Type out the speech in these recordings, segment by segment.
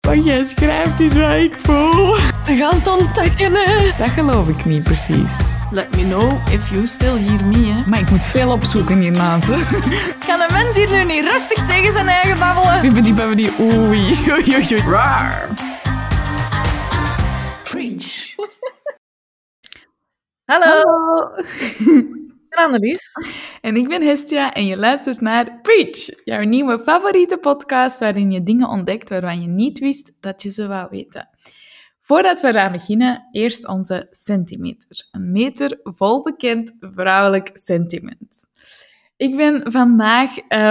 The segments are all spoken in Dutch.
Wat jij schrijft is wat ik voel. Te gaan ontdekken, hè. Dat geloof ik niet precies. Let me know if you still hear me, hè. Maar ik moet veel opzoeken hiernaast. Kan een mens hier nu niet rustig tegen zijn eigen babbelen? Bibbidi oei. Raar. Preach. Hallo. Ik ben Annelies. En ik ben Hestia en je luistert naar Preach, jouw nieuwe favoriete podcast waarin je dingen ontdekt waarvan je niet wist dat je ze wou weten. Voordat we eraan beginnen, eerst onze centimeter. Een meter vol bekend vrouwelijk sentiment. Ik ben vandaag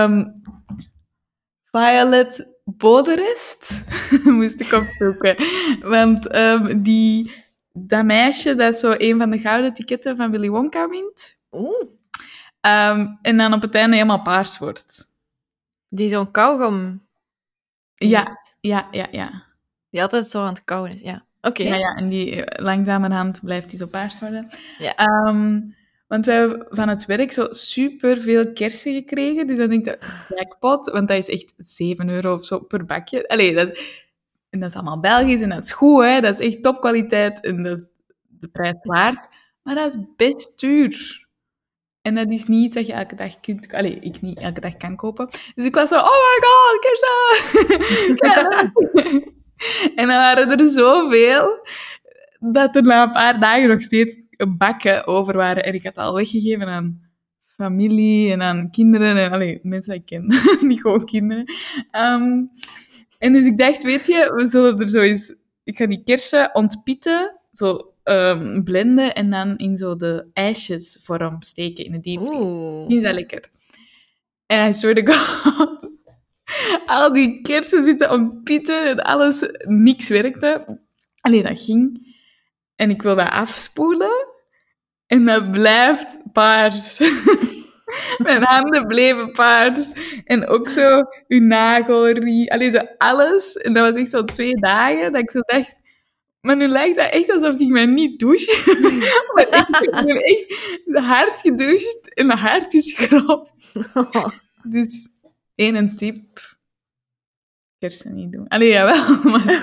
Violet Boderest, moest ik opzoeken. Want dat meisje dat zo een van de gouden ticketten van Willy Wonka wint. Oeh. En dan op het einde helemaal paars wordt. Die zo'n kauwgom. Ja. Die altijd zo aan het kauwen is, ja. Oké. Ja, en die langzamerhand blijft die zo paars worden. Ja. Want we hebben van het werk zo superveel kersen gekregen. Dus dan denk ik, jackpot, want dat is echt €7 of zo per bakje. Allee, dat is allemaal Belgisch en dat is goed, hè. Dat is echt topkwaliteit en dat is de prijs waard. Maar dat is best duur. En dat is niet dat je elke dag kunt... Allee, ik niet elke dag kan kopen. Dus ik was zo, oh my god, kersen! En dan waren er zoveel dat er na een paar dagen nog steeds bakken over waren. En ik had al weggegeven aan familie en aan kinderen. En mensen die ik ken, niet gewoon kinderen. En dus ik dacht, weet je, we zullen er zo eens... Ik ga die kersen ontpieten, zo blenden en dan in zo de ijsjesvorm steken in de diepvries. Oeh. Die is dat lekker. En I swear to God... Al die kersen zitten ontpieten en alles, niks werkte. Allee, dat ging. En ik wil dat afspoelen. En dat blijft paars. Mijn handen bleven paars. En ook zo uw nagelrie. Allee, zo alles. En dat was echt zo 2 dagen dat ik zo dacht... Maar nu lijkt dat echt alsof ik mij niet douche. Maar ik ben echt hard gedoucht en hard geschropt. Dus, een tip... kersen niet doen. Allee, jawel. Maar...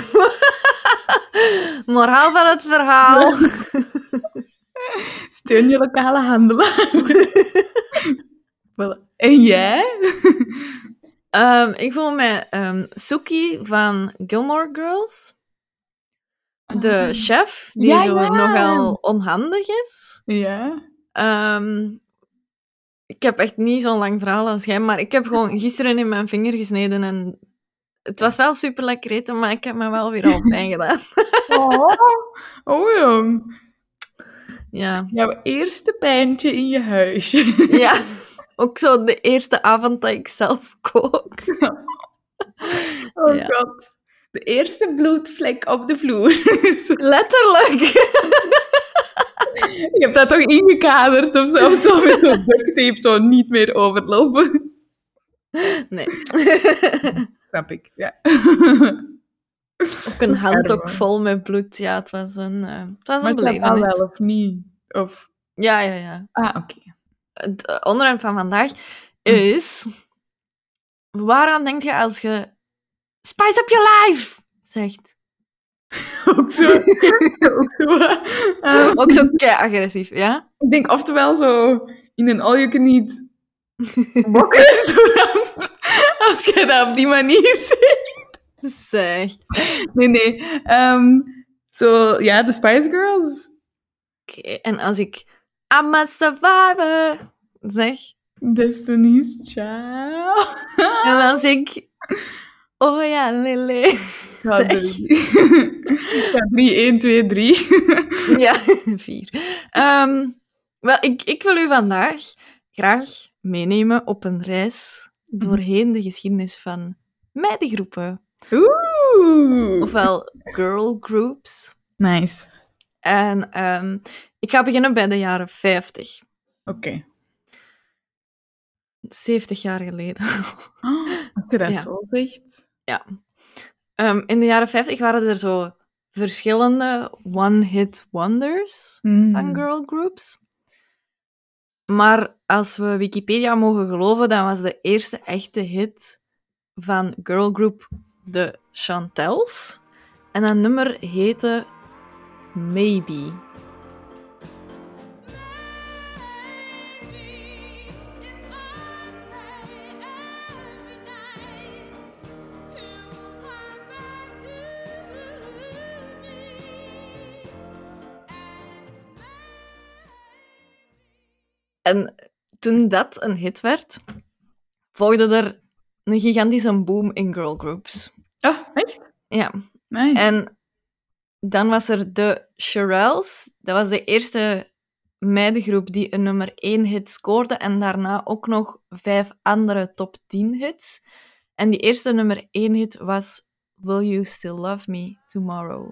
Moraal van het verhaal. Steun je lokale handelaar. Voilà. En jij? Ik voel me Suki van Gilmore Girls. De chef, die zo nogal onhandig is. Ja. Ik heb echt niet zo'n lang verhaal als jij, maar ik heb gewoon gisteren in mijn vinger gesneden en het was wel super lekker eten, maar ik heb me wel weer al pijn gedaan. Oh, jong. Ja. Jouw eerste pijntje in je huisje. Ja, ook zo de eerste avond dat ik zelf kook. Oh Ja. god. De eerste bloedvlek op de vloer. Letterlijk. Je hebt dat toch ingekaderd of zo met zo'n duct tape zo niet meer overlopen. Nee. Snap ik, ja. Ook een handdoek vol met bloed. Ja, het was een Maar belevenis. wel of niet? Of... Ja. Ah, oké. Het onderwerp van vandaag is... Waaraan denk je als je spice up your life zegt? Ook zo. Ook zo kei-agressief, ja? Ik denk oftewel zo in een all-you-can-eat bokrestaurant. Als je dat op die manier zegt. Zeg. Nee. Zo, ja, de Spice Girls. Oké, en als ik I'm a survivor zeg, Destiny's Child. en als ik oh ja, Lily Ja, zeg. Ja, 3, 1, 2, 3. Ja, 4. Wel, ik wil u vandaag graag meenemen op een reis doorheen de geschiedenis van meidengroepen. Oeh. Ofwel girl groups. Nice. En ik ga beginnen bij de jaren 50. Oké. 70 jaar geleden. Als je dat Ja. zo zegt. Ja. In de jaren 50 waren er zo verschillende one-hit wonders van girl groups. Maar als we Wikipedia mogen geloven, dan was de eerste echte hit van girl group de Chantels. En dat nummer heette Maybe. En toen dat een hit werd, volgde er een gigantische boom in girlgroups. Oh, echt? Ja. Nice. En dan was er de Shirelles. Dat was de eerste meidengroep die een nummer 1 hit scoorde en daarna ook nog 5 andere top 10 hits. En die eerste nummer 1 hit was Will You Still Love Me Tomorrow?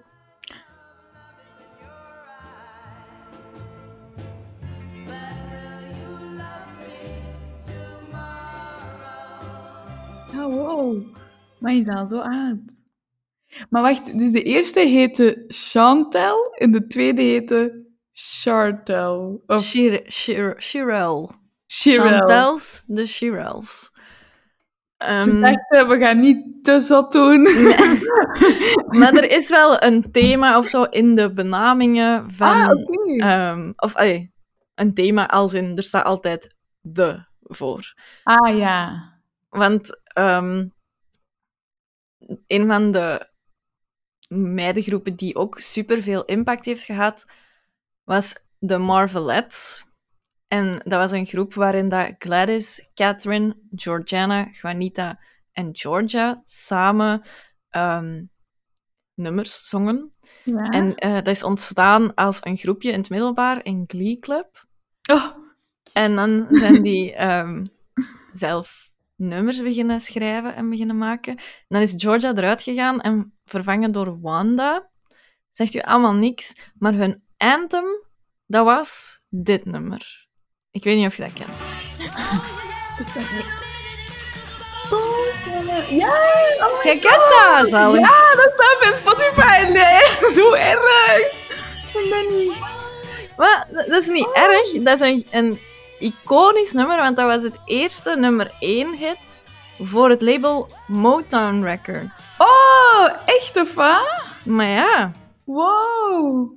Oh, wow. Maar is al zo oud. Maar wacht, dus de eerste heette Chantel en de tweede heette Chartel. Of Shirelle. Shirel. Chantels, de Shirelles. Ze dachten, we gaan niet te zot doen. Maar er is wel een thema of zo in de benamingen van... Oké. Een thema als in, er staat altijd de voor. Ah, ja. Want een van de meidengroepen die ook superveel impact heeft gehad, was de Marvelettes. En dat was een groep waarin dat Gladys, Catherine, Georgiana, Juanita en Georgia samen nummers zongen. Ja. En dat is ontstaan als een groepje in het middelbaar, in Glee Club. Oh. En dan zijn die zelf nummers beginnen schrijven en beginnen maken. En dan is Georgia eruit gegaan en vervangen door Wanda. Zegt u allemaal niks, maar hun anthem, dat was dit nummer. Ik weet niet of je dat kent. Ja! Oh Jij kent dat, Sally? Ja, dat staat in Spotify. Nee, zo erg. Ik ben niet... Maar dat is niet erg. Dat is een iconisch nummer, want dat was het eerste nummer 1 hit voor het label Motown Records. Oh, echt of wat? Maar ja. Wow.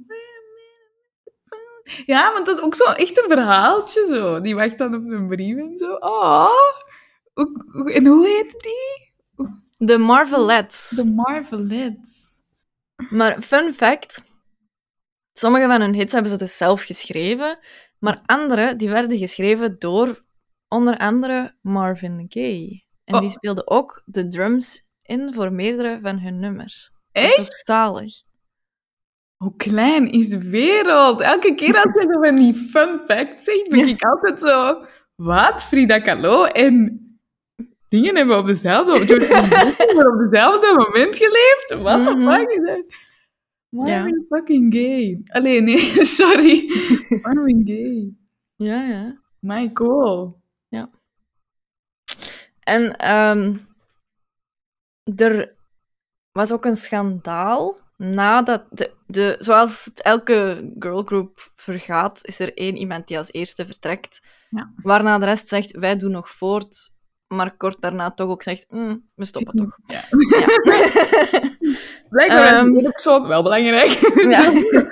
Ja, want dat is ook zo echt een verhaaltje zo. Die wacht dan op een brief en zo. Oh. En hoe heet die? De Marvelettes. The Marvelettes. Maar fun fact, sommige van hun hits hebben ze dus zelf geschreven, maar andere die werden geschreven door onder andere Marvin Gaye. En die speelde ook de drums in voor meerdere van hun nummers. Echt? Dat is toch zalig? Hoe klein is de wereld? Elke keer als je zo van die fun facts zegt, ben ik altijd zo... Wat? Frida Kahlo en... Dingen hebben op dezelfde moment geleefd? Wat de fuck is dat? Marvin fucking Gaye. Allee, nee, sorry. Marvin Gaye. Ja. My cool. Ja. En er was ook een schandaal nadat zoals het elke girlgroup vergaat, is er één iemand die als eerste vertrekt, waarna de rest zegt, wij doen nog voort, maar kort daarna toch ook zegt, we stoppen toch. Ja. Blijkbaar is het zo wel belangrijk. Ja.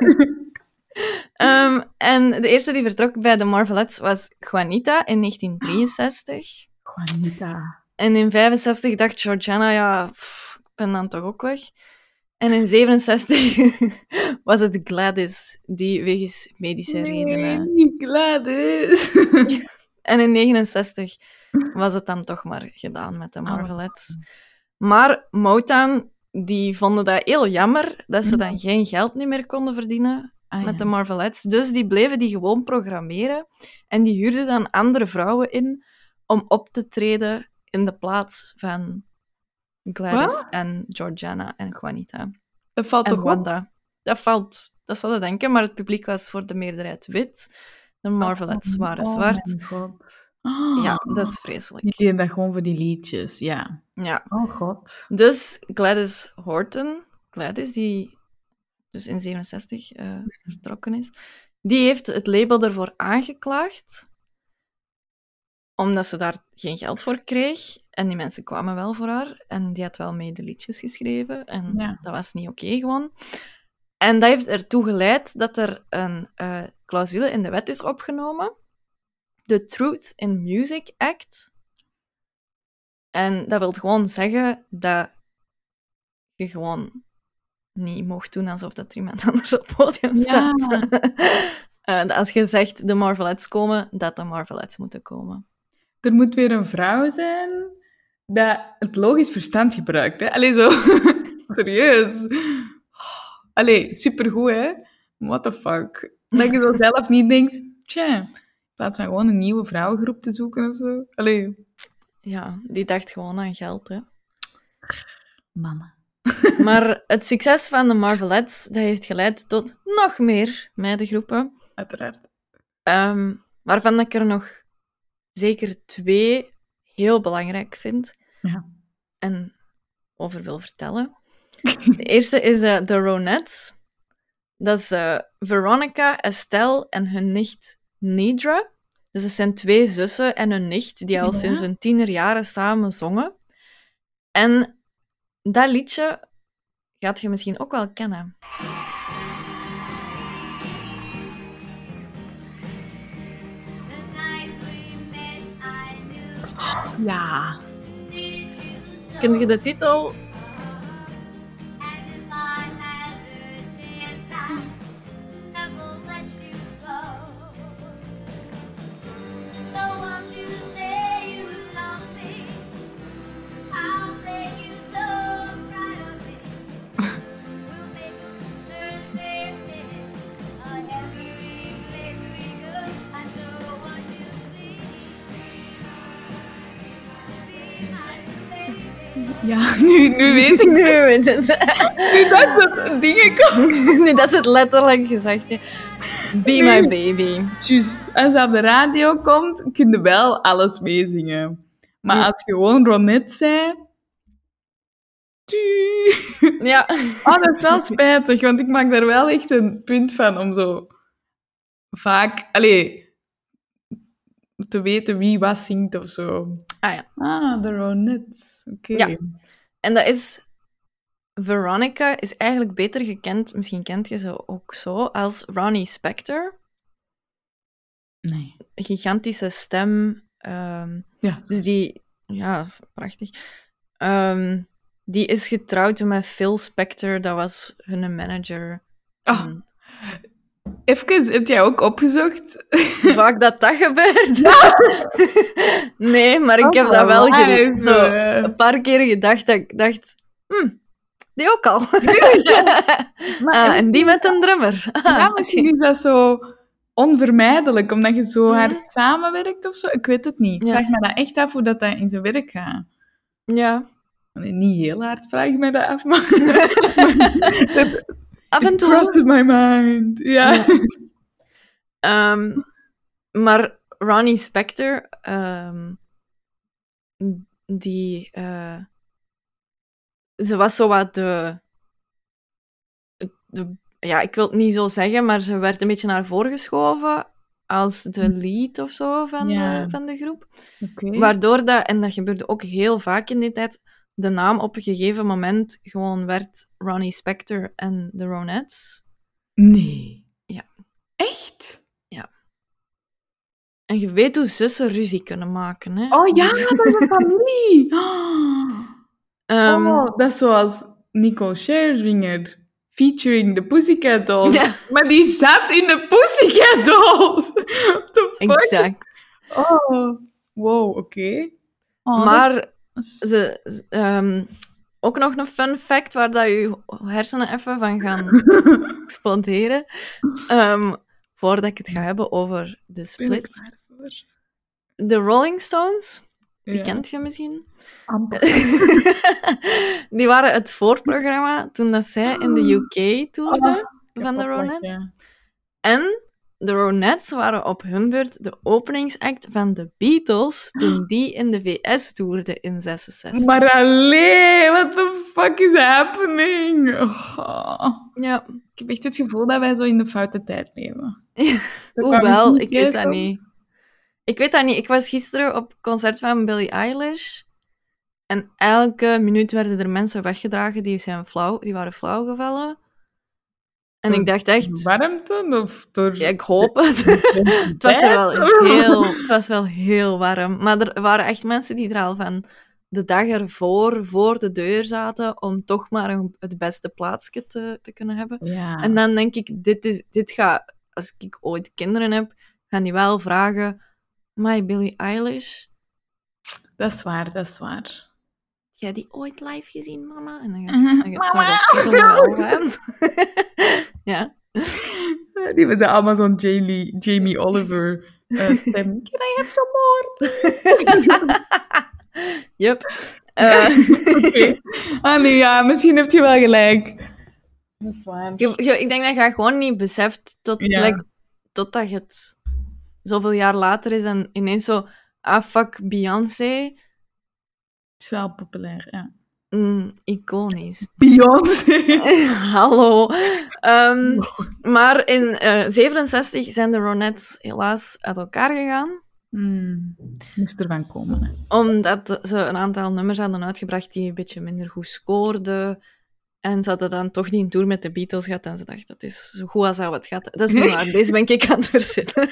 En de eerste die vertrok bij de Marvelettes was Juanita in 1963. Juanita. En in 1965 dacht Georgiana, ik ben dan toch ook weg. En in 1967 was het Gladys, die wegens medische redenen... Nee, Gladys. En in 1969 was het dan toch maar gedaan met de Marvelettes. Maar Motown, die vonden dat heel jammer, dat ze dan geen geld niet meer konden verdienen met de Marvelettes. Dus die bleven die gewoon programmeren. En die huurden dan andere vrouwen in om op te treden in de plaats van Gladys en Georgiana en Juanita. Dat valt en toch Wanda. Dat zou je denken, maar het publiek was voor de meerderheid wit. De Marvelettes waren zwart. Mijn god. Ja, dat is vreselijk. Die deden dat gewoon voor die liedjes, ja. Oh god. Dus Gladys Horton, die dus in 67 vertrokken is, die heeft het label ervoor aangeklaagd, omdat ze daar geen geld voor kreeg. En die mensen kwamen wel voor haar. En die had wel mee de liedjes geschreven. En dat was niet oké gewoon. En dat heeft ertoe geleid dat er een clausule in de wet is opgenomen. De Truth in Music Act. En dat wil gewoon zeggen dat je gewoon niet mocht doen alsof dat er iemand anders op het podium staat. Dat als je zegt de Marvelettes komen, dat de Marvelettes moeten komen. Er moet weer een vrouw zijn dat het logisch verstand gebruikt. Hè? Allee, zo... Serieus. Allee, supergoed, hè? What the fuck? Dat je zo zelf niet denkt... Tja, in plaats van gewoon een nieuwe vrouwengroep te zoeken of zo. Allee. Ja, die dacht gewoon aan geld, hè. Mama. Maar het succes van de Marvelettes, dat heeft geleid tot nog meer meidengroepen. Uiteraard. Waarvan ik er nog zeker 2 heel belangrijk vind. Ja. En over wil vertellen. De eerste is de Ronettes. Dat is Veronica, Estelle en hun nicht Nidra. Dus het zijn 2 zussen en hun nicht die al sinds hun tienerjaren samen zongen. En dat liedje gaat je misschien ook wel kennen. Ja. Ken je de titel? Ja, nu weet ik. Nu weet het. Nu dat het dingen komen. Nu dat is het letterlijk gezegd. Hè. Be my baby. Juist. Als dat op de radio komt, kun je wel alles meezingen. Maar als je gewoon Ronette zei... Ja. Oh, dat is wel spijtig, want ik maak daar wel echt een punt van om zo vaak... te weten wie wat zingt of zo. Ah ja. Ah, de Ronettes. Oké. Ja. En dat is... Veronica is eigenlijk beter gekend, misschien kent je ze ook zo, als Ronnie Spector. Nee. Een gigantische stem. Ja. Dus die... Ja, prachtig. Die is getrouwd met Phil Spector, dat was hun manager. Even, heb jij ook opgezocht? Vaak dat gebeurt. Nee, maar ik heb dat wel een paar keer gedacht dat ik dacht... die ook al. En die met een drummer. Ja, misschien is dat zo onvermijdelijk, omdat je zo hard samenwerkt of zo. Ik weet het niet. Ik vraag me dat echt af hoe dat in zijn werk gaat. Ja. Nee, niet heel hard vraag ik me dat af, maar... Af en toe. It crossed my mind. Ja. Maar Ronnie Spector, ze was zo wat ja, ik wil het niet zo zeggen, maar ze werd een beetje naar voren geschoven als de lead of zo van de groep. Okay. Waardoor dat, en dat gebeurde ook heel vaak in die tijd, de naam op een gegeven moment gewoon werd Ronnie Spector en de Ronettes. Nee. Ja. Echt? Ja. En je weet hoe zussen ruzie kunnen maken, hè? Oh ja, dat is een familie. Dat is zoals Nico Scherzinger featuring de Pussycat Dolls. Ja. Maar die zat in de Pussycat Dolls. What the fuck? Exact. Oh, wow, oké. Oh, maar ook nog een fun fact waar dat je hersenen even van gaan exploderen. Voordat ik het ga hebben over de split. De Rolling Stones, die kent je misschien. Die waren het voorprogramma toen dat zij in de UK toerden van de Ronettes. Ja. En de Ronettes waren op hun beurt de openingsact van de Beatles toen die in de VS toerden in 66. Maar allee, what the fuck is happening? Oh. Ja. Ik heb echt het gevoel dat wij zo in de foute tijd leven. Hoewel, ik weet dat niet. Ik weet dat niet. Ik was gisteren op het concert van Billie Eilish. En elke minuut werden er mensen weggedragen die waren flauw gevallen. En ik dacht echt... Warmte of door... Ja, ik hoop het. Het was wel heel warm. Maar er waren echt mensen die er al van de dag ervoor voor de deur zaten om toch maar het beste plaatsje te kunnen hebben. Ja. En dan denk ik, dit gaat... Als ik ooit kinderen heb, gaan die wel vragen... My Billie Eilish... Dat is waar, dat is waar. Heb jij die ooit live gezien, mama? En dan ga ik Mama! wel gaan. Ja. Die hebben allemaal zo'n Jamie Oliver stem. Can I have some more? Yep. Oké. Ah nee, ja, misschien heb je wel gelijk. Dat is waar. Ik denk dat je dat gewoon niet beseft totdat je het zoveel jaar later is en ineens zo... Ah, fuck, Beyoncé. Is wel populair, ja. Iconisch. Beyoncé. Hallo. Maar in 67 zijn de Ronettes helaas uit elkaar gegaan. Moest ervan komen, hè. Omdat ze een aantal nummers hadden uitgebracht die een beetje minder goed scoorden. En ze hadden dan toch die tour met de Beatles gehad. En ze dachten, dat is zo goed als dat het gaat. Dat is niet waar. Deze ben ik aan het verzinnen.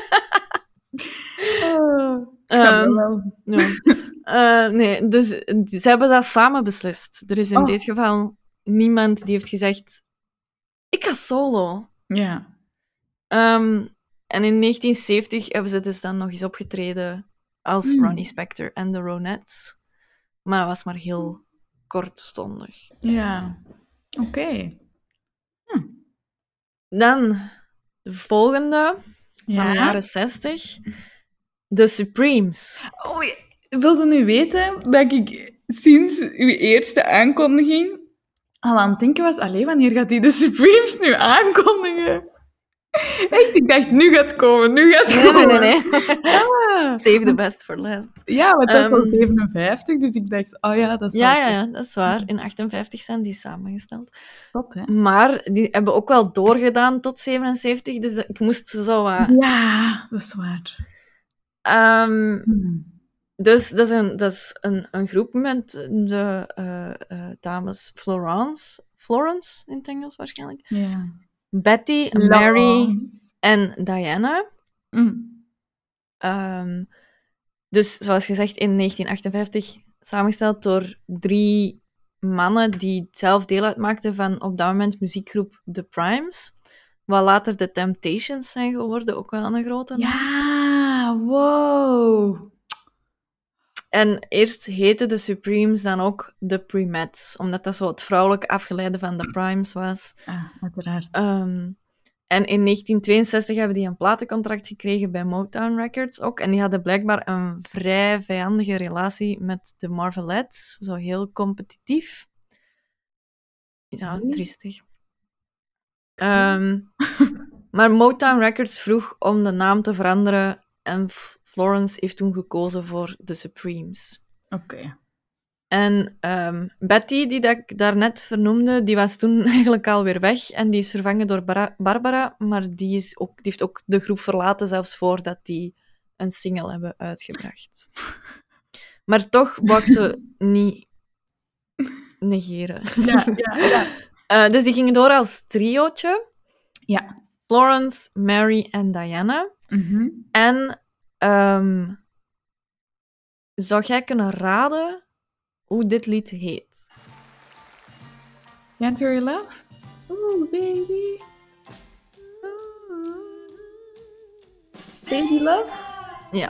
Ik snap dat wel. Ja. Nee, dus ze hebben dat samen beslist. Er is in dit geval niemand die heeft gezegd... Ik ga solo. Ja. En in 1970 hebben ze dus dan nog eens opgetreden als Ronnie Spector en de Ronettes. Maar dat was maar heel kortstondig. Ja. Oké. Dan de volgende, van de jaren 60. De Supremes. Oh, ik wilde nu weten dat ik sinds uw eerste aankondiging al aan het denken was, wanneer gaat die de Supremes nu aankondigen? Echt, ik dacht, nu gaat het komen. Nee. Save the best for last. Ja, want dat is al 57, dus ik dacht, dat is Ja, dat is waar. In 58 zijn die samengesteld. Tot, hè? Maar die hebben ook wel doorgedaan tot 77, dus ik moest ze zo... Ja, dat is waar. Dus dat is een groep met de dames Florence in het Engels waarschijnlijk. Ja. Betty, Mary en Diana. Dus zoals gezegd, in 1958 samengesteld door 3 mannen die zelf deel uitmaakten van op dat moment muziekgroep The Primes. Wat later de Temptations zijn geworden, ook wel een grote naam. Ja, wow. En eerst heette de Supremes dan ook de Primettes, omdat dat zo het vrouwelijke afgeleide van de Primes was. Uiteraard. En in 1962 hebben die een platencontract gekregen bij Motown Records ook. En die hadden blijkbaar een vrij vijandige relatie met de Marvelettes. Zo heel competitief. Ja, triestig. Maar Motown Records vroeg om de naam te veranderen en Florence heeft toen gekozen voor de Supremes. Oké. En Betty, die dat ik daarnet vernoemde, die was toen eigenlijk alweer weg en die is vervangen door Barbara, maar die heeft ook de groep verlaten, zelfs voordat die een single hebben uitgebracht. Maar toch wou ik ze niet negeren. Ja. Dus die gingen door als triootje. Ja. Florence, Mary en Diana. En zou jij kunnen raden hoe dit lied heet? Can't Your Love? Ooh, baby. Ooh. Baby Love? Ja.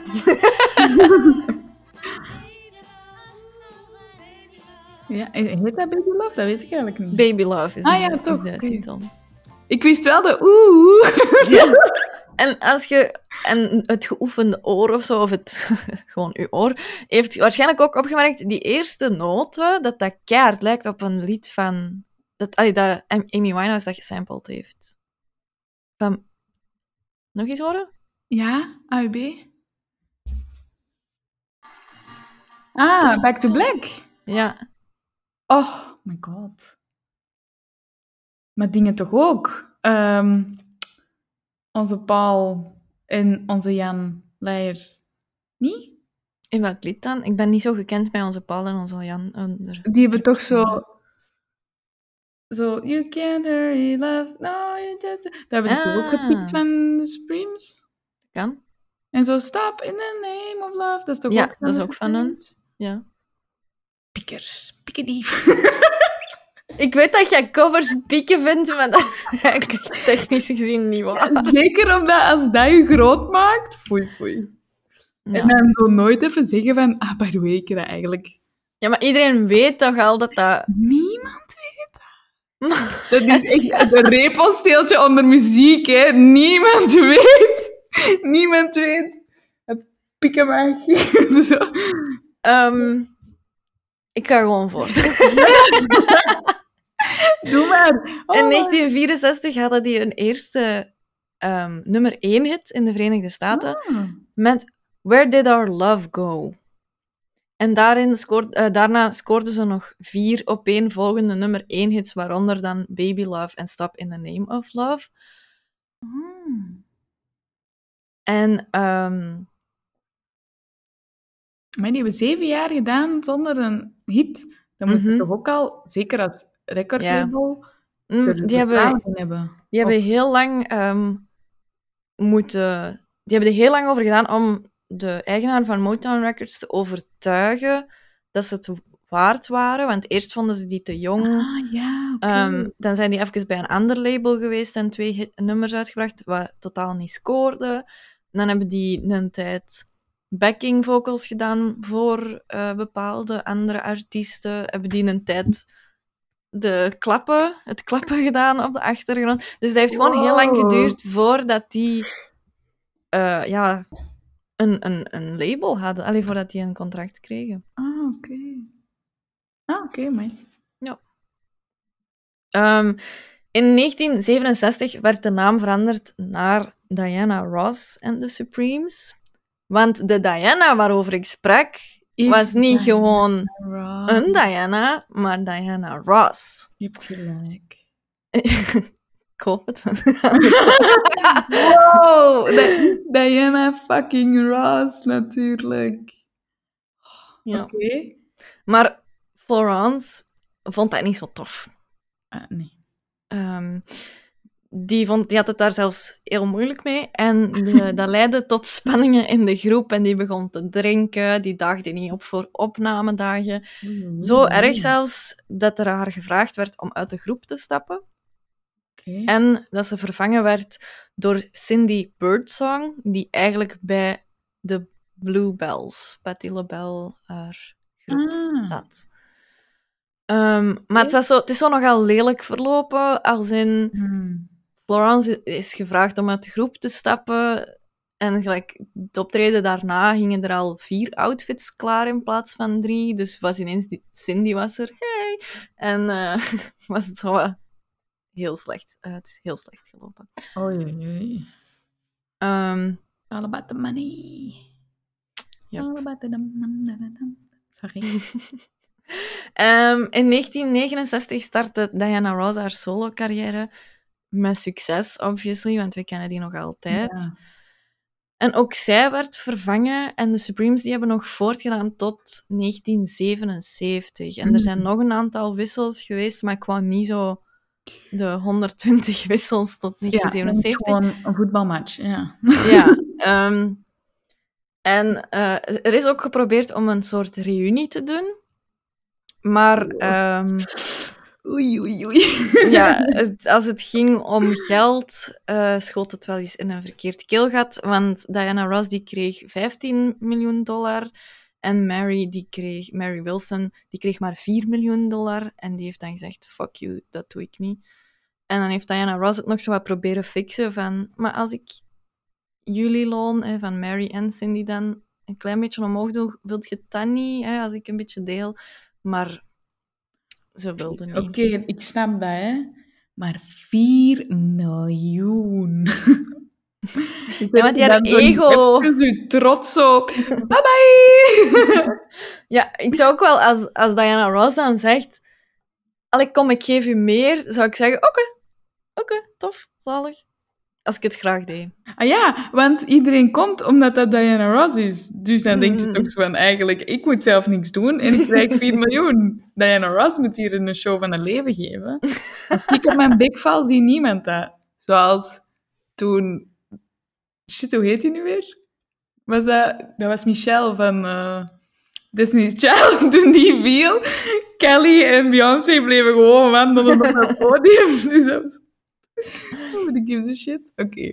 Ja, heet dat Baby Love? Dat weet ik eigenlijk niet. Baby Love is de titel. Ik wist wel de oeh. Ja. En het geoefende oor of zo, of het gewoon uw oor, heeft waarschijnlijk ook opgemerkt, die eerste noten, dat keihard lijkt op een lied van... Dat Amy Winehouse dat gesampled heeft. Nog eens horen? Ja, AUB. Back to Black. Ja. Oh my god. Maar dingen toch ook? Onze Paul en onze Jan Leijers. Niet? In welk lied dan? Ik ben niet zo gekend met onze Paul en onze Jan. Die hebben toch zo... Zo, you can't hurry love, no, you just... Dat hebben ze toch ook gepikt van de Supremes? Kan. En zo, stop in the name of love. Dat is toch Ja, ook van dat is de ook van hen. Supremes? Ja. Pikkers, pikkendief. Ik weet dat jij covers pieken vindt, maar dat is eigenlijk technisch gezien niet waar. Zeker omdat als dat je groot maakt, foei, foei. Ja. En dan zo nooit even zeggen van, by the way, ik heb dat eigenlijk... Ja, maar iedereen weet toch al dat dat... Niemand weet dat. Dat is echt een repelsteeltje onder muziek, hè. Niemand weet. Niemand weet. Het pikken mag. Zo. Ik ga gewoon voort. Doe maar. Oh, In 1964 hadden die een eerste nummer 1 hit in de Verenigde Staten met Where Did Our Love Go? En daarna scoorden ze nog 4 opeenvolgende nummer 1 hits, waaronder dan Baby Love en Stop in the Name of Love. En Maar die hebben 7 jaar gedaan zonder een hit. Dan moet je toch ook al, zeker als recordlabel, die hebben heel lang die hebben er heel lang over gedaan om de eigenaar van Motown Records te overtuigen dat ze het waard waren. Want eerst vonden ze die te jong. Dan zijn die even bij een ander label geweest en 2 nummers uitgebracht, wat totaal niet scoorden. Dan hebben die een tijd backing vocals gedaan voor bepaalde andere artiesten. Hebben die een tijd het klappen gedaan op de achtergrond. Dus dat heeft gewoon heel lang geduurd voordat die een label hadden. Alleen voordat die een contract kregen. Oké, maar... Ja. In 1967 werd de naam veranderd naar Diana Ross en de Supremes. Want de Diana waarover ik sprak, was niet gewoon een Diana, maar Diana Ross. Je hebt gelijk. Ik hoop het. Wow, dat is Diana fucking Ross, natuurlijk. Ja. Oké. Maar Florence vond dat niet zo tof. Nee. Die had het daar zelfs heel moeilijk mee. En dat leidde tot spanningen in de groep. En die begon te drinken. Die daagde niet op voor opnamedagen. Zo erg zelfs dat er haar gevraagd werd om uit de groep te stappen. En dat ze vervangen werd door Cindy Birdsong, die eigenlijk bij de Bluebells, Patti LaBelle, haar groep zat. Maar het is zo nogal lelijk verlopen, als in... Florence is gevraagd om uit de groep te stappen en gelijk het optreden daarna gingen er al 4 outfits klaar in plaats van 3. Dus was ineens Cindy was er. Hey! En was het zo heel slecht. Het is heel slecht gelopen. Oei. All about the money. Yep. All about the Sorry. In 1969 startte Diana Ross haar solo-carrière. Met succes, obviously, want we kennen die nog altijd. Ja. En ook zij werd vervangen en de Supremes die hebben nog voortgedaan tot 1977. En er zijn nog een aantal wissels geweest, maar ik wou niet zo de 120 wissels tot 1977. Ja, gewoon een voetbalmatch, ja. Ja. En er is ook geprobeerd om een soort reunie te doen. Maar... Oei. Ja, als het ging om geld, schoot het wel eens in een verkeerd keelgat. Want Diana Ross die kreeg $15 miljoen en Mary Wilson die kreeg maar $4 miljoen. En die heeft dan gezegd, fuck you, dat doe ik niet. En dan heeft Diana Ross het nog zo wat proberen fixen van, maar als ik jullie loon, van Mary en Cindy dan een klein beetje omhoog doe, wilt je het dan niet, als ik een beetje deel? Maar... Ze wilde niet. Oké, ik snap dat, hè. Maar 4 miljoen. Ja, want die haar ego... Even trots zo. Bye-bye! Ja, ik zou ook wel, als Diana Ross dan zegt... Allee, kom, ik geef u meer, zou ik zeggen... Oké, tof, zalig. Als ik het graag deed. Ah ja, want iedereen komt omdat dat Diana Ross is. Dus dan denk je toch zo van, eigenlijk, ik moet zelf niks doen en ik krijg 4 miljoen. Diana Ross moet hier een show van haar leven geven. Als ik op mijn bek val, ziet niemand dat. Zoals toen... Shit, hoe heet hij nu weer? Dat was Michelle van Destiny's Child. Toen die viel, Kelly en Beyoncé bleven gewoon wandelen op het podium. Dus dat was... Nobody gives a shit. Oké.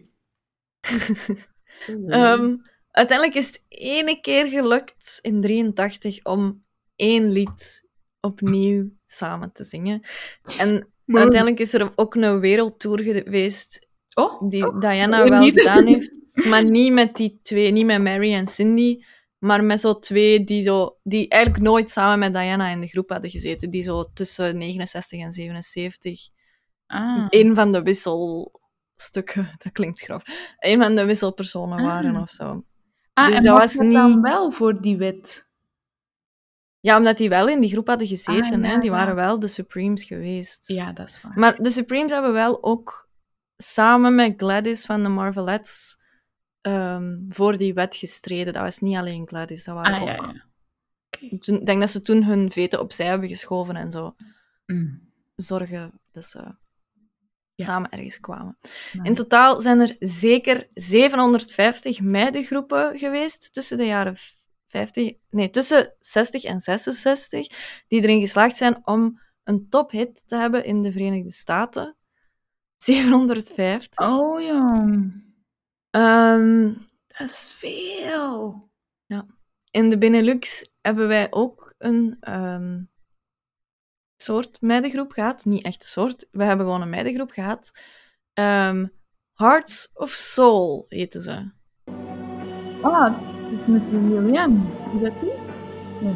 Uiteindelijk is het ene keer gelukt in 83 om 1 lied opnieuw samen te zingen. En uiteindelijk is er ook een wereldtour geweest die Diana wel gedaan heeft. Maar niet met die twee, niet met Mary en Cindy, maar met zo twee die eigenlijk nooit samen met Diana in de groep hadden gezeten. Die zo tussen 69 en 77 een van de wisselstukken, dat klinkt grof, een van de wisselpersonen waren of zo. Dus en dat was niet... dan wel voor die wet? Ja, omdat die wel in die groep hadden gezeten. Hè? Die waren wel de Supremes geweest. Ja, dat is waar. Maar de Supremes hebben wel ook samen met Gladys van de Marvelettes voor die wet gestreden. Dat was niet alleen Gladys, dat waren ook... Ja. Ik denk dat ze toen hun veten opzij hebben geschoven en zo zorgen dat ze samen ergens kwamen. Nee. In totaal zijn er zeker 750 meidengroepen geweest tussen de jaren tussen 60 en 66, die erin geslaagd zijn om een tophit te hebben in de Verenigde Staten. 750. Oh, jong. Dat is veel. Ja. In de Benelux hebben wij ook een soort meidengroep gehad. Niet echt een soort, we hebben gewoon een meidengroep gehad. Hearts of Soul heten ze. Ah, dat is met Lilian. Is dat die? Nee.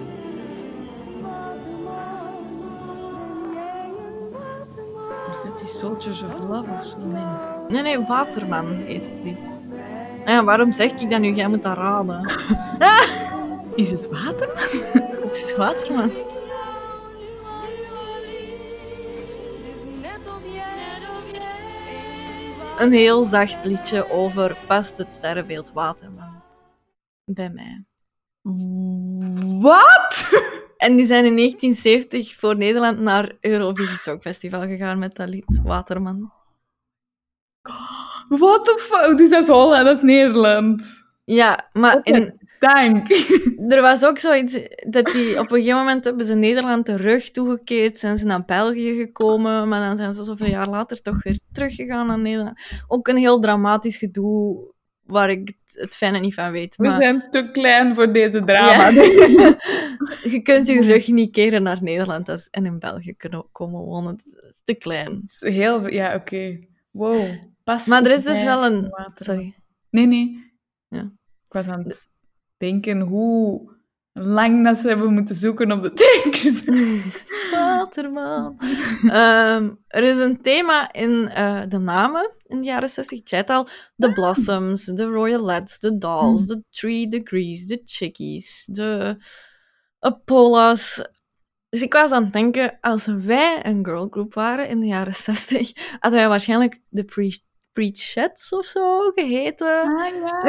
Is dat die Soldiers of Love of zo? Nee. Nee, Waterman heet het lied. Ja, waarom zeg ik dat nu? Jij moet dat raden. Is het Waterman? Het is Waterman. Een heel zacht liedje over past het sterrenbeeld Waterman bij mij. Wat? En die zijn in 1970 voor Nederland naar Eurovisie Songfestival gegaan met dat lied, Waterman. What the fuck? Dus dat is Holland, dat is Nederland. Ja, maar Dank. er was ook zoiets dat die op een gegeven moment hebben ze Nederland de rug toegekeerd, zijn ze naar België gekomen, maar dan zijn ze zoveel jaar later toch weer teruggegaan naar Nederland. Ook een heel dramatisch gedoe waar ik het fijne niet van weet. We Maar... zijn te klein voor deze drama. Ja. Je kunt je rug niet keren naar Nederland en in België kunnen komen wonen. Het is te klein. Het is heel... Ja, oké. Wow. Pas Maar er is dus wel een... water. Sorry. Nee. Ja. Ik was aan het denken hoe lang dat ze hebben moeten zoeken op de tekst. Waterman. Er is een thema in de namen in de jaren 60. Ik zei het al. De Blossoms, de Royalettes, de Dolls, de 3 Degrees, de Chickies, de Apollas. Dus ik was aan het denken, als wij een girlgroup waren in de jaren 60, hadden wij waarschijnlijk de Preachettes of zo geheten. Ah, ja.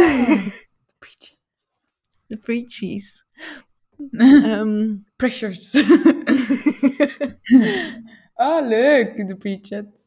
De Preachies. Pressures. Oh, leuk, de Preachets.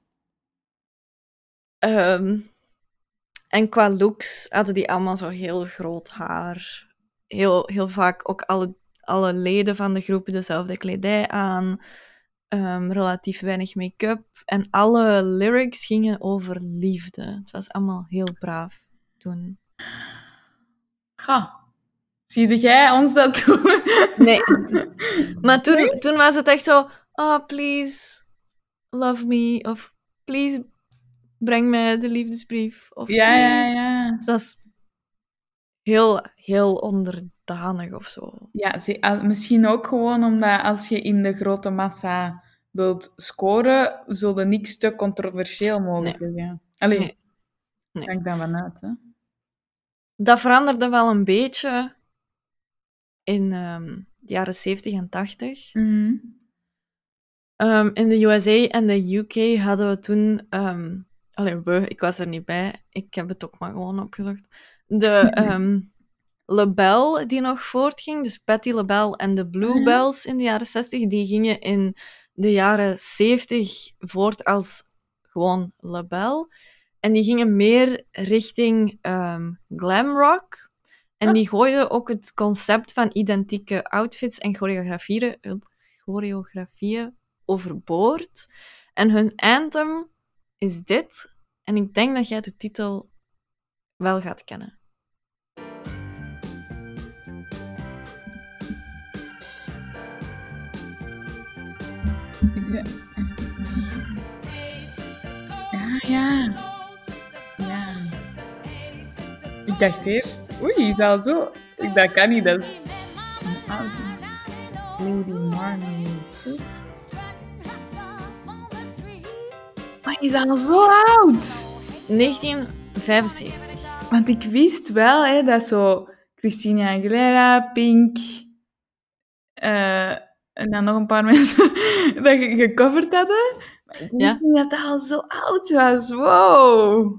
En qua looks hadden die allemaal zo heel groot haar. Heel vaak ook alle leden van de groep dezelfde kledij aan. Relatief weinig make-up. En alle lyrics gingen over liefde. Het was allemaal heel braaf toen. Ga. Zie jij ons dat doen? Nee. Maar toen was het echt zo... Oh, please, love me. Of please, breng mij de liefdesbrief. Of Ja. Dat is heel, heel onderdanig of zo. Ja, misschien ook gewoon omdat als je in de grote massa wilt scoren, zullen niks te controversieel mogen zeggen. Allee, Nee. ga ik dan vanuit, hè? Dat veranderde wel een beetje in de jaren 70 en 80. In de USA en de UK hadden we toen Allee, ik was er niet bij. Ik heb het ook maar gewoon opgezocht. De LaBelle die nog voortging, dus Patti LaBelle en de Bluebells in de jaren 60, die gingen in de jaren 70 voort als gewoon LaBelle. En die gingen meer richting glam rock. En die gooiden ook het concept van identieke outfits en choreografieën overboord. En hun anthem is dit. En ik denk dat jij de titel wel gaat kennen. Is dat... Ja. Ik dacht eerst... Oei, is dat zo? Dat kan niet, dat is... Lady Marmalade. Maar is dat al zo oud? 1975. Want ik wist wel hè, dat zo Christina Aguilera, Pink en dan nog een paar mensen dat gecoverd hadden. Maar ik wist niet dat dat al zo oud was. Wow.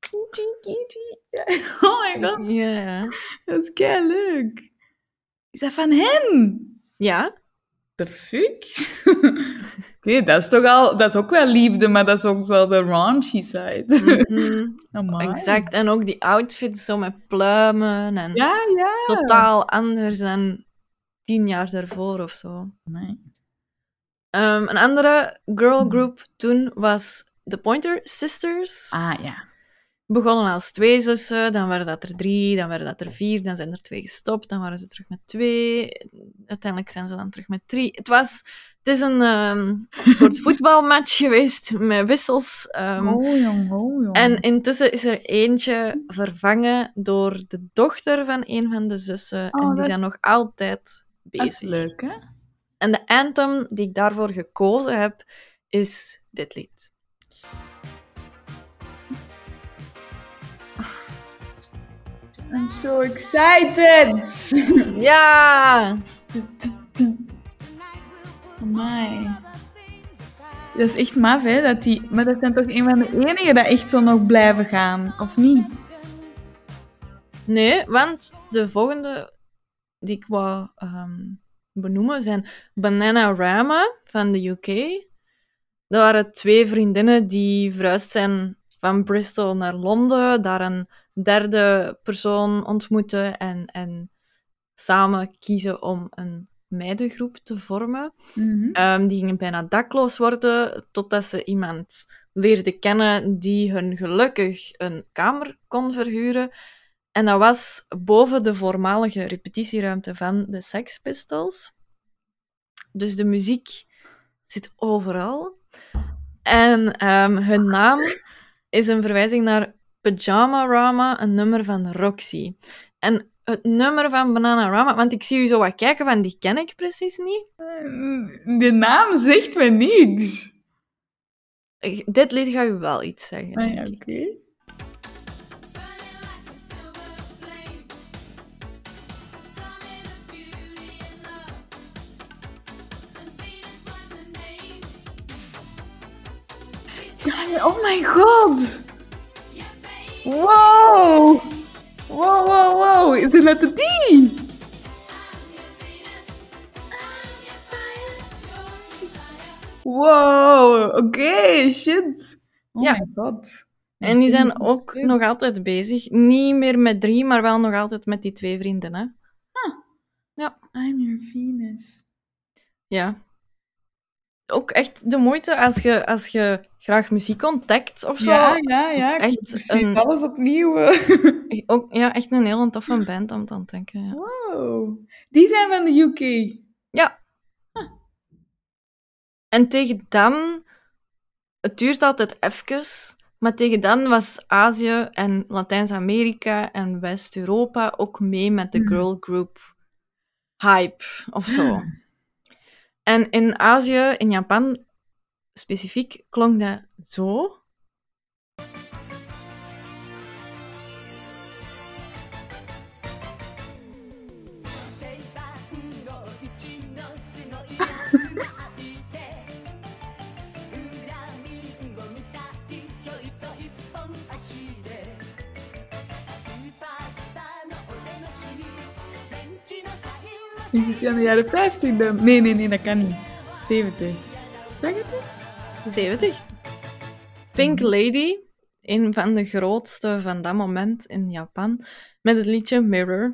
Oh my god. Ja. Dat is kei leuk. Is dat van hen? Ja. The fuck? Oké, dat is toch al... Dat is ook wel liefde, maar dat is ook wel de raunchy side. Exact. En ook die outfits zo met pluimen en Ja. totaal anders dan 10 jaar daarvoor of zo. Een andere girl group toen was The Pointer Sisters. Ah, ja. Begonnen als 2 zussen, dan waren dat er 3, dan werden dat er 4, dan zijn er 2 gestopt, dan waren ze terug met 2. Uiteindelijk zijn ze dan terug met 3. Het is een soort voetbalmatch geweest met wissels. Jong. En intussen is er eentje vervangen door de dochter van een van de zussen. En die zijn nog altijd bezig. Dat is leuk, hè? En de anthem die ik daarvoor gekozen heb, is dit lied. I'm so excited! Ja! Amai. Dat is echt maf, hè? Maar dat zijn toch een van de enigen dat echt zo nog blijven gaan, of niet? Nee, want de volgende die ik wou benoemen zijn Bananarama van de UK. Dat waren 2 vriendinnen die verhuisd zijn van Bristol naar Londen, daar een derde persoon ontmoeten en samen kiezen om een meidengroep te vormen. Die gingen bijna dakloos worden, totdat ze iemand leerden kennen die hun gelukkig een kamer kon verhuren. En dat was boven de voormalige repetitieruimte van de Sex Pistols. Dus de muziek zit overal. En hun naam is een verwijzing naar Pyjamarama, een nummer van Roxy. En het nummer van Bananarama, want ik zie u zo wat kijken van, die ken ik precies niet. De naam zegt me niks. Dit lied gaat u wel iets zeggen, denk ik. Oké. Oh my god! Wow! Wow! Is het met die? Wow! Oké, shit! Oh my god. En die zijn ook nog altijd bezig. Niet meer met 3, maar wel nog altijd met die 2 vriendinnen. Ja. I'm your Venus. Ja. Ook echt de moeite als je graag muziek ontdekt of zo. Ja. Echt precies, alles opnieuw. Echt een heel toffe band om te ontdekken. Ja. Wow. Die zijn van de UK. Ja. En tegen dan... Het duurt altijd even, maar tegen dan was Azië en Latijns-Amerika en West-Europa ook mee met de girl group hype of zo. En in Azië, in Japan specifiek, klonk dat zo. Is het in de jaren 50 dan? Nee, dat kan niet. 70. Zeg het niet? 70. Pink Lady, een van de grootste van dat moment in Japan, met het liedje Mirror.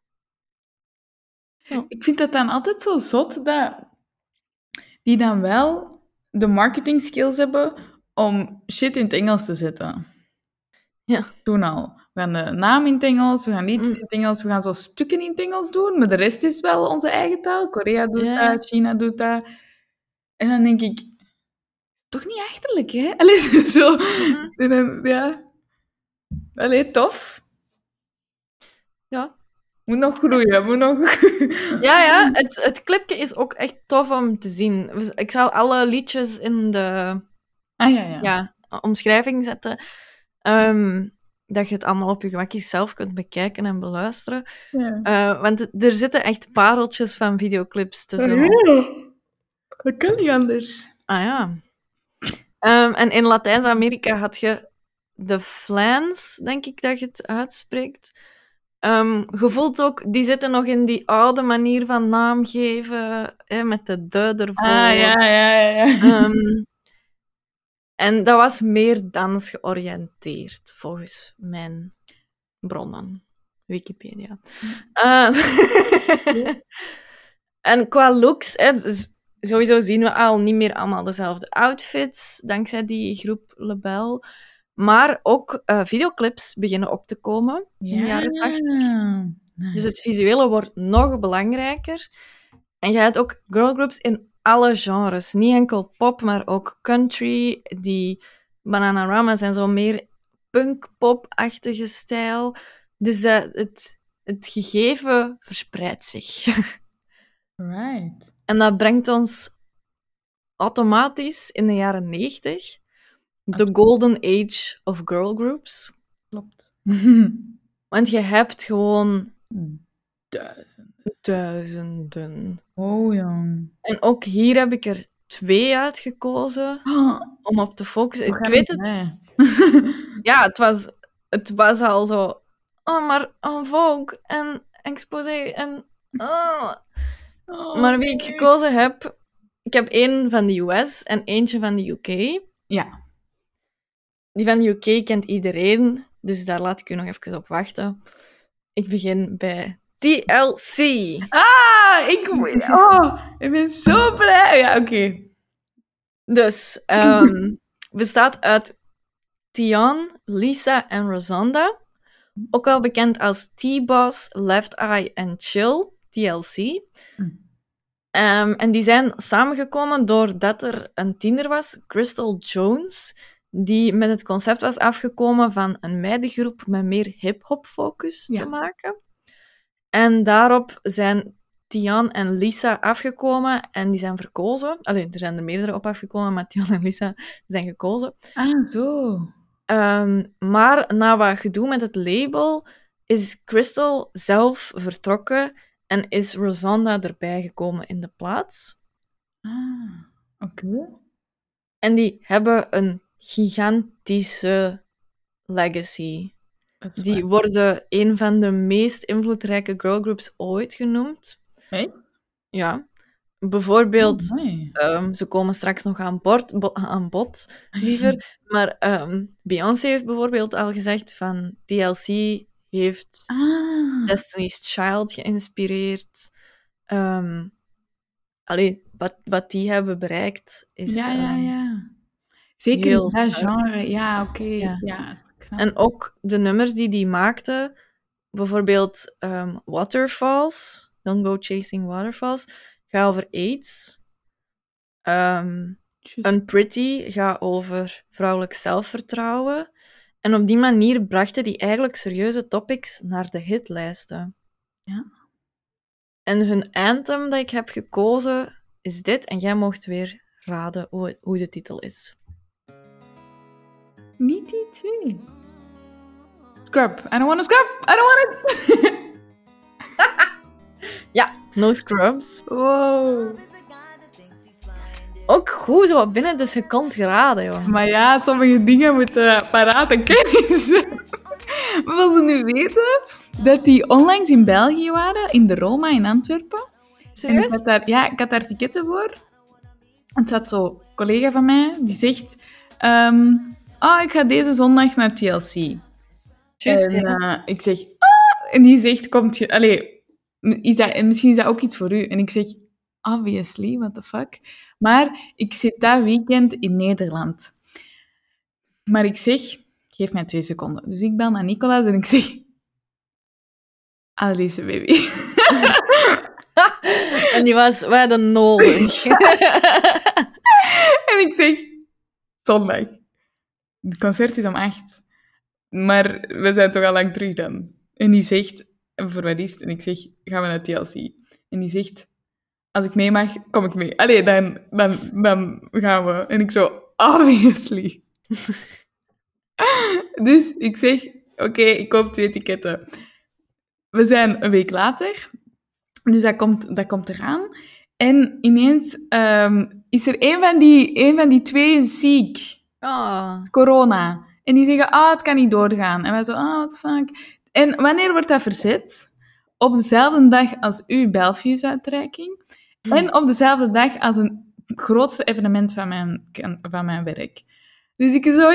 Ja. Ik vind dat dan altijd zo zot dat die dan wel de marketing skills hebben om shit in het Engels te zetten. Ja. Toen al. We gaan de naam in het Engels, we gaan liedjes in het Engels, we gaan zo stukken in het Engels doen, maar de rest is wel onze eigen taal. Korea doet dat, China doet dat. En dan denk ik, toch niet achterlijk, hè? Allee, zo. En dan, ja. Allee, tof. Ja. Moet nog groeien, moet nog... Ja, het clipje is ook echt tof om te zien. Ik zal alle liedjes in de omschrijving zetten. Dat je het allemaal op je gemakjes zelf kunt bekijken en beluisteren. Ja. Want er zitten echt pareltjes van videoclips tussen. Dat kan niet anders. Ah ja. En in Latijns-Amerika had je de Flans, denk ik dat je het uitspreekt. Je voelt ook, die zitten nog in die oude manier van naam geven, met de ervoor. Ja. En dat was meer dansgeoriënteerd, volgens mijn bronnen. Wikipedia. En qua looks, dus sowieso zien we al niet meer allemaal dezelfde outfits, dankzij die groep Lebel. Maar ook videoclips beginnen op te komen in de jaren 80. Nice. Dus het visuele wordt nog belangrijker. En je hebt ook girlgroups in alle genres. Niet enkel pop, maar ook country. Die Bananarama zijn zo meer punk-pop-achtige stijl. Dus het gegeven verspreidt zich. Right. En dat brengt ons automatisch in de jaren 90. The golden age of girlgroups. Klopt. Want je hebt gewoon... Duizenden. Oh, jong. En ook hier heb ik er 2 uitgekozen om op te focussen. Ik weet het. Ja, het was al zo... Oh, maar en Vogue en Exposé en... Maar wie ik gekozen heb... Ik heb 1 van de US en eentje van de UK. Ja. Die van de UK kent iedereen, dus daar laat ik u nog even op wachten. Ik begin bij TLC. Ik ben zo blij. Ja, oké. Dus, bestaat uit Tian, Lisa en Rosanda. Ook wel bekend als T-Boss, Left Eye en Chill, TLC. En die zijn samengekomen doordat er een tiener was, Crystal Jones, die met het concept was afgekomen van een meidengroep met meer hip-hop focus te maken. En daarop zijn Tian en Lisa afgekomen en die zijn verkozen. Allee, er zijn er meerdere op afgekomen, maar Tian en Lisa zijn gekozen. Ah, zo. Maar na wat gedoe met het label is Crystal zelf vertrokken en is Rosanda erbij gekomen in de plaats. Oké. En die hebben een gigantische legacy. Die worden een van de meest invloedrijke girlgroups ooit genoemd. Hey? Ja. Bijvoorbeeld, ze komen straks nog aan bod, liever. Maar Beyoncé heeft bijvoorbeeld al gezegd van TLC heeft Destiny's Child geïnspireerd. Wat die hebben bereikt is... Ja. Zeker in dat genre. Ja, oké. Ja, ik snap. En ook de nummers die maakte, bijvoorbeeld Waterfalls, Don't Go Chasing Waterfalls, gaat over AIDS. Unpretty gaat over vrouwelijk zelfvertrouwen. En op die manier brachten die eigenlijk serieuze topics naar de hitlijsten. Ja. En hun anthem dat ik heb gekozen is dit, en jij mocht weer raden hoe de titel is. Niet die 2. Scrub. I don't want to scrub. I don't want it. Ja, No Scrubs. Wow. Ook goed zo binnen de seconde geraden, joh. Maar ja, sommige dingen moeten paraat en kennis. We wilden nu weten dat die onlangs in België waren, in de Roma in Antwerpen. En ik Serieus? ik had daar ticketten voor. En het zat zo een collega van mij, die zegt... ik ga deze zondag naar TLC. Juist, En ja. ik zeg... En die zegt, komt je... Allee, misschien is dat ook iets voor u. En ik zeg, obviously, what the fuck. Maar ik zit dat weekend in Nederland. Maar ik zeg, geef mij 2 seconden. Dus ik bel naar Nicolas en ik zeg... Allerliefste baby. En die was, wij hadden nodig. En ik zeg, zondag. Het concert is om 8. Maar we zijn toch al lang terug dan. En die zegt, voor wat is het? En ik zeg, gaan we naar TLC? En die zegt, als ik mee mag, kom ik mee. Allee, dan gaan we. En ik zo, obviously. Dus ik zeg, oké, ik koop 2 ticketten. We zijn een week later. Dus dat komt eraan. En ineens is er een van die 2 ziek. Oh. Corona. En die zeggen, het kan niet doorgaan. En wij zo, what the fuck. En wanneer wordt dat verzet? Op dezelfde dag als uw Belfius-uitreiking. En op dezelfde dag als een grootste evenement van mijn werk. Dus ik zo,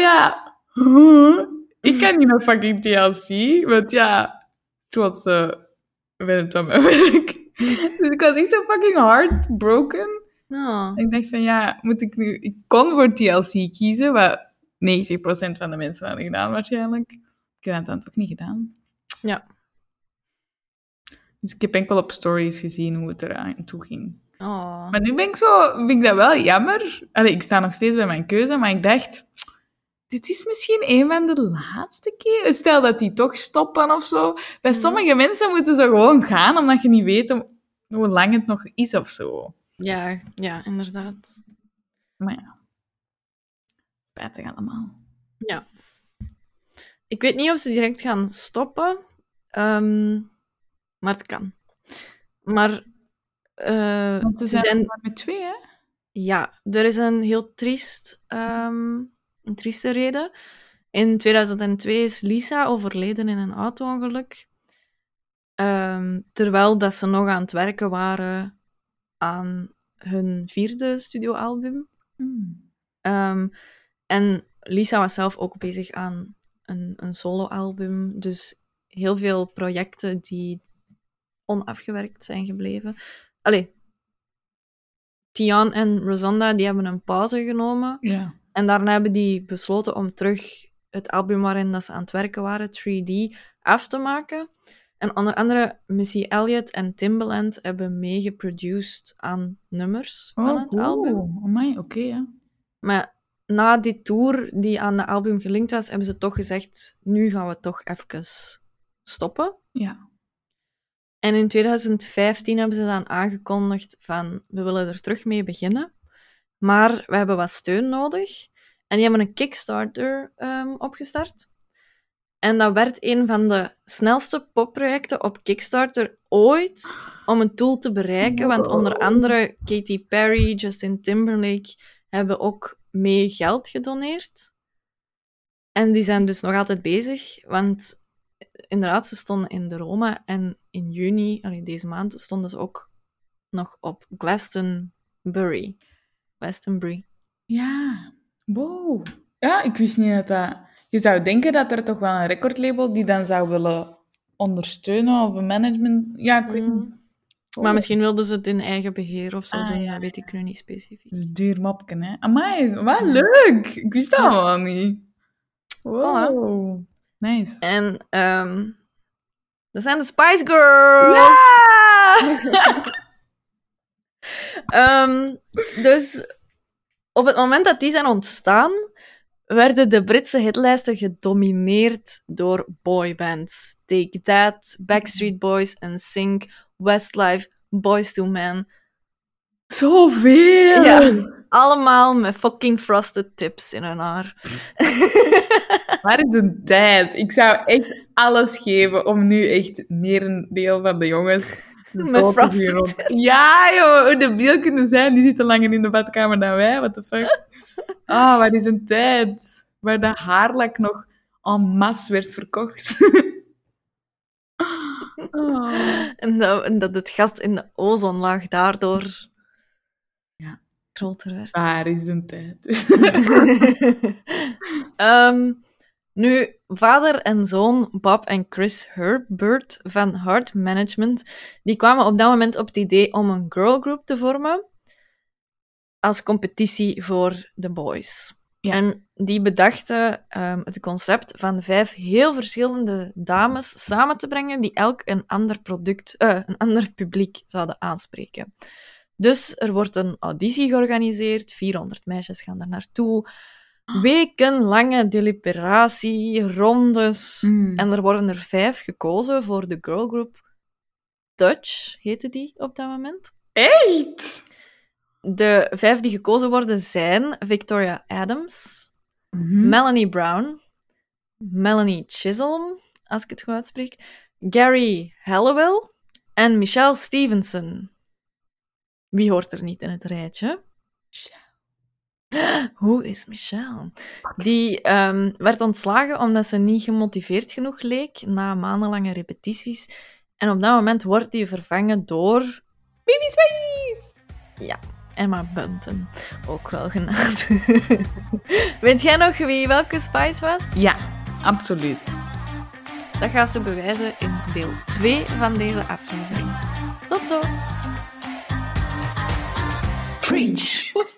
ik kan niet naar fucking TLC. Want het grootste evenement van mijn werk. Dus ik was echt zo fucking heartbroken. Oh. En ik dacht van, moet ik nu... Ik kon voor TLC kiezen, wat 90% van de mensen hadden gedaan waarschijnlijk. Ik heb dat dan toch niet gedaan. Ja. Dus ik heb enkel op stories gezien hoe het eraan toe ging. Oh. Maar nu vind ik dat wel jammer. Allee, ik sta nog steeds bij mijn keuze, maar ik dacht... Dit is misschien een van de laatste keren. Stel dat die toch stoppen of zo. Bij sommige mensen moeten ze gewoon gaan, omdat je niet weet hoe lang het nog is of zo. Ja, inderdaad. Maar ja, spijtig allemaal. Ja. Ik weet niet of ze direct gaan stoppen, maar het kan. Maar Want ze zijn maar met 2, hè? Ja, er is een heel een trieste reden. In 2002 is Lisa overleden in een auto-ongeluk. Terwijl dat ze nog aan het werken waren aan hun 4e studioalbum. En Lisa was zelf ook bezig aan een soloalbum. Dus heel veel projecten die onafgewerkt zijn gebleven. Allee, Tian en Rosanna die hebben een pauze genomen. Ja. En daarna hebben die besloten om terug het album waarin dat ze aan het werken waren, 3D, af te maken. En onder andere Missy Elliott en Timbaland hebben meegeproduced aan nummers van het album. Amai, oké, ja. Maar na die tour die aan de album gelinkt was, hebben ze toch gezegd, nu gaan we toch even stoppen. Ja. En in 2015 hebben ze dan aangekondigd van, we willen er terug mee beginnen, maar we hebben wat steun nodig. En die hebben een Kickstarter opgestart. En dat werd een van de snelste popprojecten op Kickstarter ooit om een doel te bereiken. Want onder andere Katy Perry, Justin Timberlake hebben ook mee geld gedoneerd. En die zijn dus nog altijd bezig, want inderdaad, ze stonden in de Roma en in juni, deze maand, stonden ze ook nog op Glastonbury. Ja, wow. Ja, ik wist niet dat dat... Je zou denken dat er toch wel een recordlabel die dan zou willen ondersteunen of een management... Ja, ik weet niet. Maar misschien wilden ze het in eigen beheer of zo doen, ja. dat weet ik nu niet specifiek. Dat is duur mopken, hè. Amai, wat leuk. Ik wist dat allemaal niet. Wow. Nice. En dat zijn de Spice Girls! Ja! Dus op het moment dat die zijn ontstaan, werden de Britse hitlijsten gedomineerd door boybands. Take That, Backstreet Boys, NSYNC, Westlife, Boyz II Men. Zoveel! Ja, allemaal met fucking frosted tips in hun haar. Waar is een tijd? Ik zou echt alles geven om nu echt merendeel van de jongens zo te zien rond. Ja, joh, hoe debiel kunnen zijn. Die zitten langer in de badkamer dan wij. What the fuck? Waar is een tijd? Waar dat haarlak nog en masse werd verkocht. Oh. En dat het gas in de ozonlaag daardoor Ja. groter werd. Waar is de tijd? Nu, vader en zoon Bob en Chris Herbert van Heart Management, die kwamen op dat moment op het idee om een girlgroup te vormen als competitie voor de boys. Ja. En die bedachten het concept van 5 heel verschillende dames samen te brengen die elk een ander publiek zouden aanspreken. Dus er wordt een auditie georganiseerd, 400 meisjes gaan daar naartoe, wekenlange deliberatie, rondes, en er worden er 5 gekozen voor de girlgroup Touch, heette die op dat moment. Echt? De 5 die gekozen worden zijn Victoria Adams, Melanie Brown, Melanie Chisholm, als ik het goed uitspreek, Gary Halliwell en Michelle Stevenson. Wie hoort er niet in het rijtje? Hoe is Michelle? Die werd ontslagen omdat ze niet gemotiveerd genoeg leek na maandenlange repetities. En op dat moment wordt die vervangen door... Baby Spice! Ja, Emma Bunton. Ook wel genaamd. Weet jij nog wie welke Spice was? Ja, absoluut. Dat gaat ze bewijzen in deel 2 van deze aflevering. Tot zo! Preach.